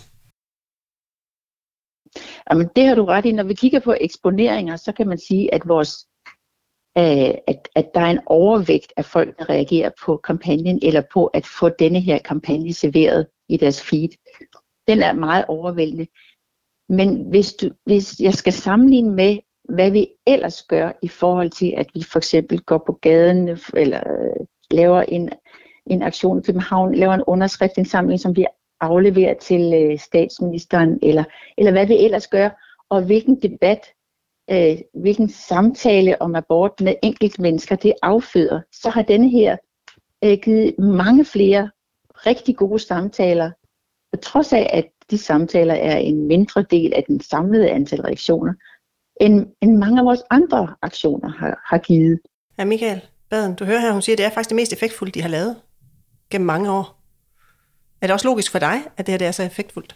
Jamen, det har du ret i. Når vi kigger på eksponeringer, så kan man sige, at, vores, øh, at, at der er en overvægt af folk, der reagerer på kampagnen, eller på at få denne her kampagne serveret i deres feed. Den er meget overvældende. Men hvis, du, hvis jeg skal sammenligne med, hvad vi ellers gør i forhold til, at vi for eksempel går på gaden, eller øh, laver en, en aktion i København, laver en underskriftsindsamling, som vi afleverer til øh, statsministeren, eller, eller hvad vi ellers gør, og hvilken debat, øh, hvilken samtale om abort med enkelte mennesker det afføder, så har denne her øh, givet mange flere rigtig gode samtaler, på trods af, at de samtaler er en mindre del af den samlede antal reaktioner, end, end mange af vores andre aktioner har, har givet. Ja, Michael Baden, du hører her, hun siger, at det er faktisk det mest effektfulde, de har lavet gennem mange år. Er det også logisk for dig, at det her det er så effektfuldt?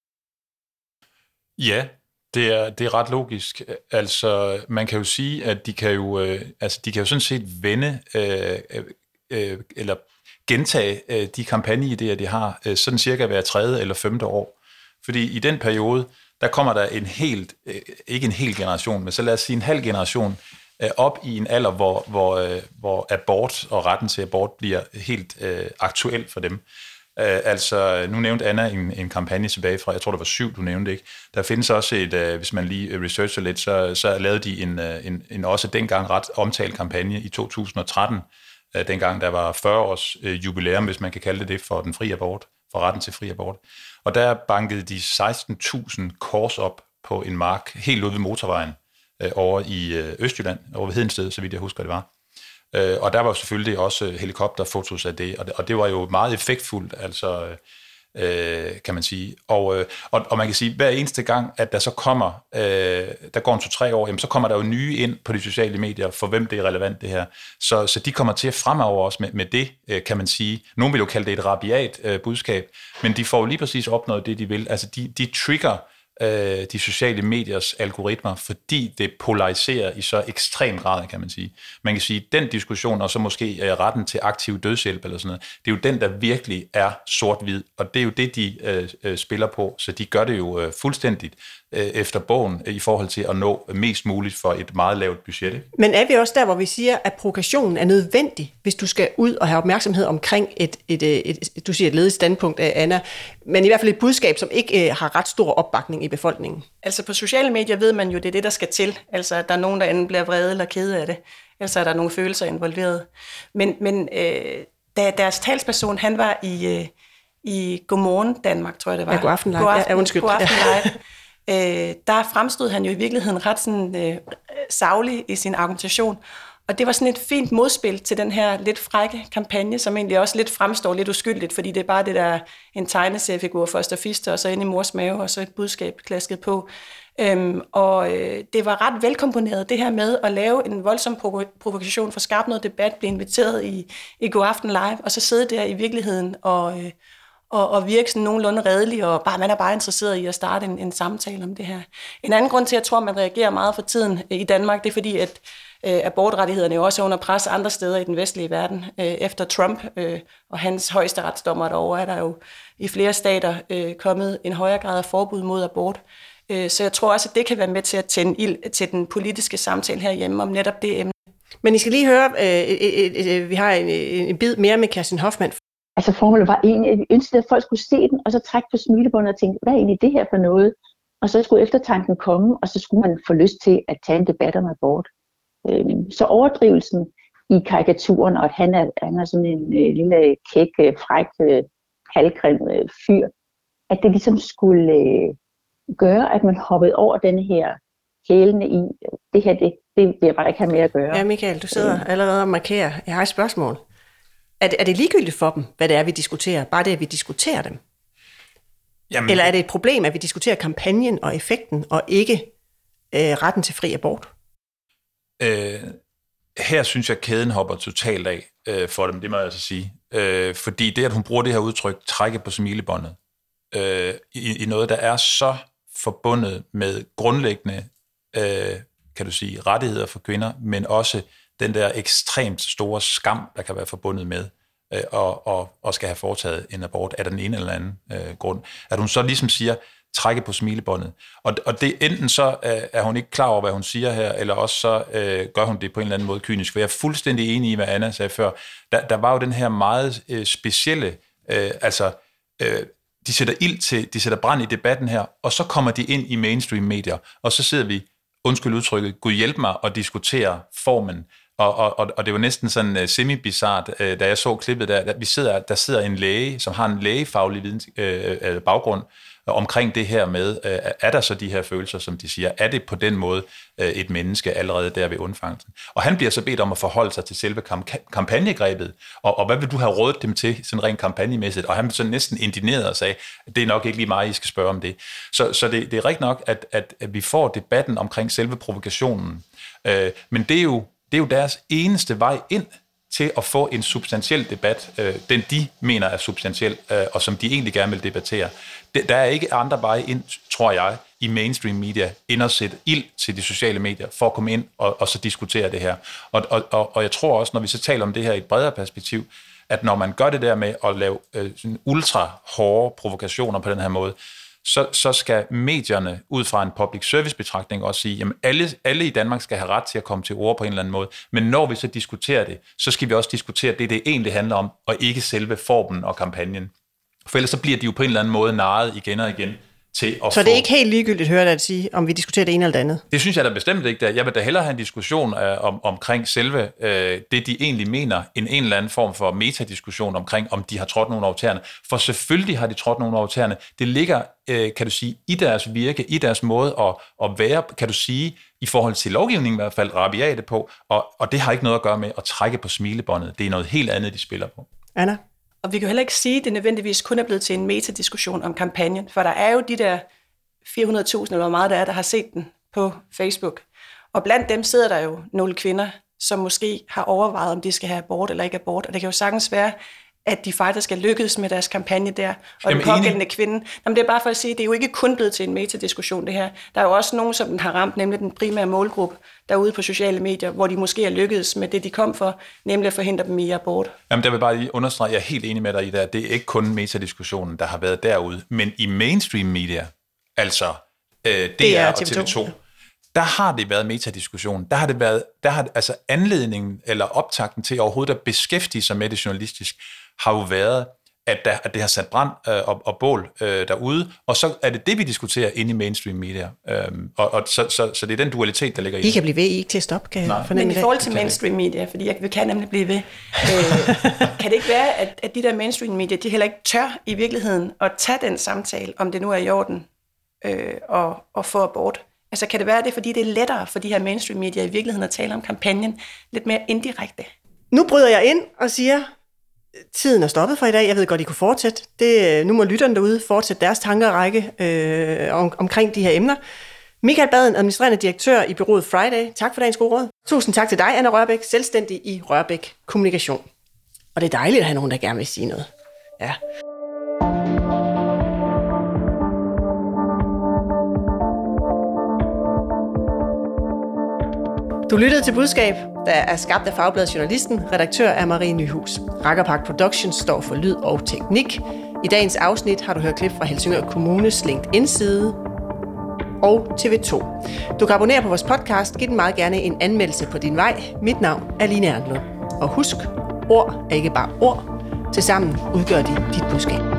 Ja, det er, det er ret logisk. Altså, man kan jo sige, at de kan jo, øh, altså, de kan jo sådan set vende øh, øh, eller gentage øh, de kampagneidéer, de har, øh, sådan cirka hver tredje eller femte år. Fordi i den periode, der kommer der en helt, øh, ikke en hel generation, men så lad os sige en halv generation, øh, op i en alder, hvor, hvor, øh, hvor abort og retten til abort bliver helt øh, aktuel for dem. Uh, altså, nu nævnte Anna en, en kampagne tilbage fra, jeg tror, det var syv, du nævnte, ikke? Der findes også et, uh, hvis man lige researcher lidt, så, så lavede de en, uh, en, en også dengang ret omtalt kampagne i to tusind og tretten, uh, dengang der var fyrre års uh, jubilæum, hvis man kan kalde det det, for den frie abort, for retten til fri abort. Og der bankede de seksten tusind kors op på en mark, helt ude ved motorvejen, uh, over i uh, Østjylland, over ved Hedensted, så vidt jeg husker, det var. Og der var jo selvfølgelig også helikopterfotos af det, og det, og det var jo meget effektfuldt, altså, øh, kan man sige. Og, øh, og, og man kan sige, at hver eneste gang, at der så kommer, øh, der går en to-tre år, jamen, så kommer der jo nye ind på de sociale medier, for hvem det er relevant det her. Så, så de kommer til at fremover også med, med det, øh, kan man sige. Nogle vil jo kalde det et rabiat øh, budskab, men de får jo lige præcis opnået det, de vil. Altså, de, de trigger de sociale mediers algoritmer, fordi det polariserer i så ekstrem grad, kan man sige. Man kan sige, at den diskussion, og så måske retten til aktiv dødshjælp eller sådan noget, det er jo den, der virkelig er sort-hvid, og det er jo det, de øh, spiller på, så de gør det jo øh, fuldstændigt øh, efter bogen i forhold til at nå mest muligt for et meget lavt budget. Men er vi også der, hvor vi siger, at provokationen er nødvendig, hvis du skal ud og have opmærksomhed omkring et, et, et, et du siger et ledigt standpunkt, Anna, men i hvert fald et budskab, som ikke øh, har ret stor opbakning i befolkningen? Altså på sociale medier ved man jo, det er det, der skal til. Altså at der er nogen, der enten bliver vrede eller kede af det. Altså er der nogle følelser involveret. Men, men øh, da deres talsperson, han var i, øh, i Godmorgen Danmark, tror jeg det var. Ja, Godaften Live. Godaften, ja, undskyld. Godaften Live. Øh, der fremstod han jo i virkeligheden ret sådan, øh, saglig i sin argumentation. Og det var sådan et fint modspil til den her lidt frække kampagne, som egentlig også lidt fremstår lidt uskyldigt, fordi det er bare det der en tegneseriefigur først og fister, og så ind i mors mave, og så et budskab klasket på. Øhm, og øh, det var ret velkomponeret, det her med at lave en voldsom provo- provokation, for at skabe noget debat, blive inviteret i, i Godaften Live, og så sidde der i virkeligheden og... Øh, Og, og virke sådan nogenlunde redelig, og bare, man er bare interesseret i at starte en, en samtale om det her. En anden grund til, at jeg tror, at man reagerer meget for tiden i Danmark, det er fordi, at øh, abortrettighederne jo også er under pres andre steder i den vestlige verden. Øh, efter Trump øh, og hans højesteretsdommer derovre, er der jo i flere stater øh, kommet en højere grad af forbud mod abort. Øh, så jeg tror også, at det kan være med til at tænde ild til den politiske samtale herhjemme om netop det emne. Men I skal lige høre, øh, øh, øh, vi har en, en bid mere med Kerstin Hoffmann. Altså formålet var egentlig, at vi ønskede, at folk skulle se den, og så trække på smilebåndet og tænke, hvad er egentlig det her for noget? Og så skulle eftertanken komme, og så skulle man få lyst til at tage en debat om abort. Så overdrivelsen i karikaturen, og at han er, han er sådan en øh, lille kæk, fræk, øh, halvgrim øh, fyr, at det ligesom skulle øh, gøre, at man hoppede over den her hælene i, det her, det, det vil jeg bare ikke have mere at gøre. Ja, Michael, du sidder øh. allerede og markerer. Jeg har et spørgsmål. Er det, er det ligegyldigt for dem, hvad det er, vi diskuterer? Bare det, at vi diskuterer dem? Jamen, eller er det et problem, at vi diskuterer kampagnen og effekten, og ikke øh, retten til fri abort? Øh, her synes jeg, at kæden hopper totalt af øh, for dem, det må jeg altså sige. Øh, fordi det, at hun bruger det her udtryk, trække på smilebåndet, øh, i, i noget, der er så forbundet med grundlæggende, øh, kan du sige, rettigheder for kvinder, men også den der ekstremt store skam, der kan være forbundet med øh, og, og, og skal have foretaget en abort af den ene eller anden øh, grund. At hun så ligesom siger, trække på smilebåndet. Og, og det enten så øh, er hun ikke klar over, hvad hun siger her, eller også så øh, gør hun det på en eller anden måde kynisk. For jeg er fuldstændig enig i, hvad Anna sagde før. Der, der var jo den her meget øh, specielle, øh, altså øh, de sætter ild til, de sætter brand i debatten her, og så kommer de ind i mainstream-medier, og så sidder vi, undskyld udtrykket, Gud hjælp mig, og diskuterer formen. Og, og, og det var næsten sådan uh, semi-bizart, uh, da jeg så klippet der, der, vi sidder, der sidder en læge, som har en lægefaglig videns, uh, uh, baggrund uh, omkring det her med, uh, er der så de her følelser, som de siger, er det på den måde uh, et menneske allerede der ved undfangelsen? Og han bliver så bedt om at forholde sig til selve kamp- kampagnegrebet, og, og hvad vil du have rådet dem til, sådan rent kampagnemæssigt? Og han blev så næsten indigneret og sagde, det er nok ikke lige mig, I skal spørge om det. Så, så det, det er rigtigt nok, at, at, at vi får debatten omkring selve provokationen, uh, men det er jo Det er jo deres eneste vej ind til at få en substantiel debat, øh, den de mener er substantiel, øh, og som de egentlig gerne vil debattere. Det, der er ikke andre veje ind, tror jeg, i mainstream media, end at sætte ild til de sociale medier, for at komme ind og, og så diskutere det her. Og, og, og, og jeg tror også, når vi så taler om det her i et bredere perspektiv, at når man gør det der med at lave øh, sådan ultra hårde provokationer på den her måde, Så, så skal medierne ud fra en public service betragtning også sige, at alle, alle i Danmark skal have ret til at komme til ord på en eller anden måde. Men når vi så diskuterer det, så skal vi også diskutere det, det egentlig handler om, og ikke selve formen og kampagnen. For ellers så bliver de jo på en eller anden måde narret igen og igen. Til at så få... det er ikke helt ligegyldigt, hører jeg at sige, om vi diskuterer det ene eller det andet? Det synes jeg da bestemt ikke. Der. Jeg vil da hellere have en diskussion øh, om, omkring selve øh, det, de egentlig mener, end en eller anden form for metadiskussion omkring, om de har trådt nogen over tæerne. For selvfølgelig har de trådt nogen over tæerne. Det ligger, øh, kan du sige, i deres virke, i deres måde at, at være, kan du sige, i forhold til lovgivningen i hvert fald, rabiate på, og, og det har ikke noget at gøre med at trække på smilebåndet. Det er noget helt andet, de spiller på. Anna? Og vi kan heller ikke sige, at det nødvendigvis kun er blevet til en metadiskussion om kampagnen, for der er jo de der fire hundrede tusind, eller hvor meget der er, der har set den på Facebook. Og blandt dem sidder der jo nogle kvinder, som måske har overvejet, om de skal have abort eller ikke abort. Og det kan jo sagtens være, at de faktisk skal lykkes med deres kampagne der, og Jamen, den pågældende kvinde. Jamen, det er bare for at sige, at det er jo ikke kun blevet til en metadiskussion, det her. Der er jo også nogen, som den har ramt, nemlig den primære målgruppe derude på sociale medier, hvor de måske er lykkedes med det, de kom for, nemlig at forhindre dem i abort. Jamen, der vil bare lige understrege, jeg er helt enig med dig i det, det er ikke kun metadiskussionen, der har været derude, men i mainstream media, altså øh, D R og T V to, der har det været metadiskussion. Der har det været, der har altså anledningen eller optakten til overhovedet at beskæftige sig med det journalistisk, har jo været, at, der, at det har sat brand øh, og, og bål øh, derude, og så er det det, vi diskuterer inde i mainstream media. Øhm, og, og så, så, så det er den dualitet, der ligger i I kan blive ved, I ikke til at stoppe, kan jeg fornemme. Men i forhold til mainstream media, fordi jeg kan nemlig blive ved, øh, kan det ikke være, at, at de der mainstream media, de heller ikke tør i virkeligheden at tage den samtale, om det nu er i orden, øh, og, og få abort? Altså kan det være, det er, fordi det er lettere for de her mainstream media i virkeligheden at tale om kampagnen lidt mere indirekte? Nu bryder jeg ind og siger, tiden er stoppet for i dag. Jeg ved godt, I kunne fortsætte. Det, nu må lytterne derude fortsætte deres tankerække øh, om, omkring de her emner. Michael Baden, administrerende direktør i bureauet Friday. Tak for dagens gode råd. Tusind tak til dig, Anna Rørbæk, selvstændig i Rørbæk Kommunikation. Og det er dejligt at have nogen, der gerne vil sige noget. Ja. Du lyttede til Budskab, der er skabt af Fagbladet Journalisten. Redaktør er Marie Nyhus. Rakkerpark Productions står for lyd og teknik. I dagens afsnit har du hørt klip fra Helsingør Kommunes LinkedIn-side og T V to. Du kan abonnere på vores podcast. Giv den meget gerne en anmeldelse på din vej. Mit navn er Line Ernlund. Og husk, ord er ikke bare ord. Tilsammen udgør de dit budskab.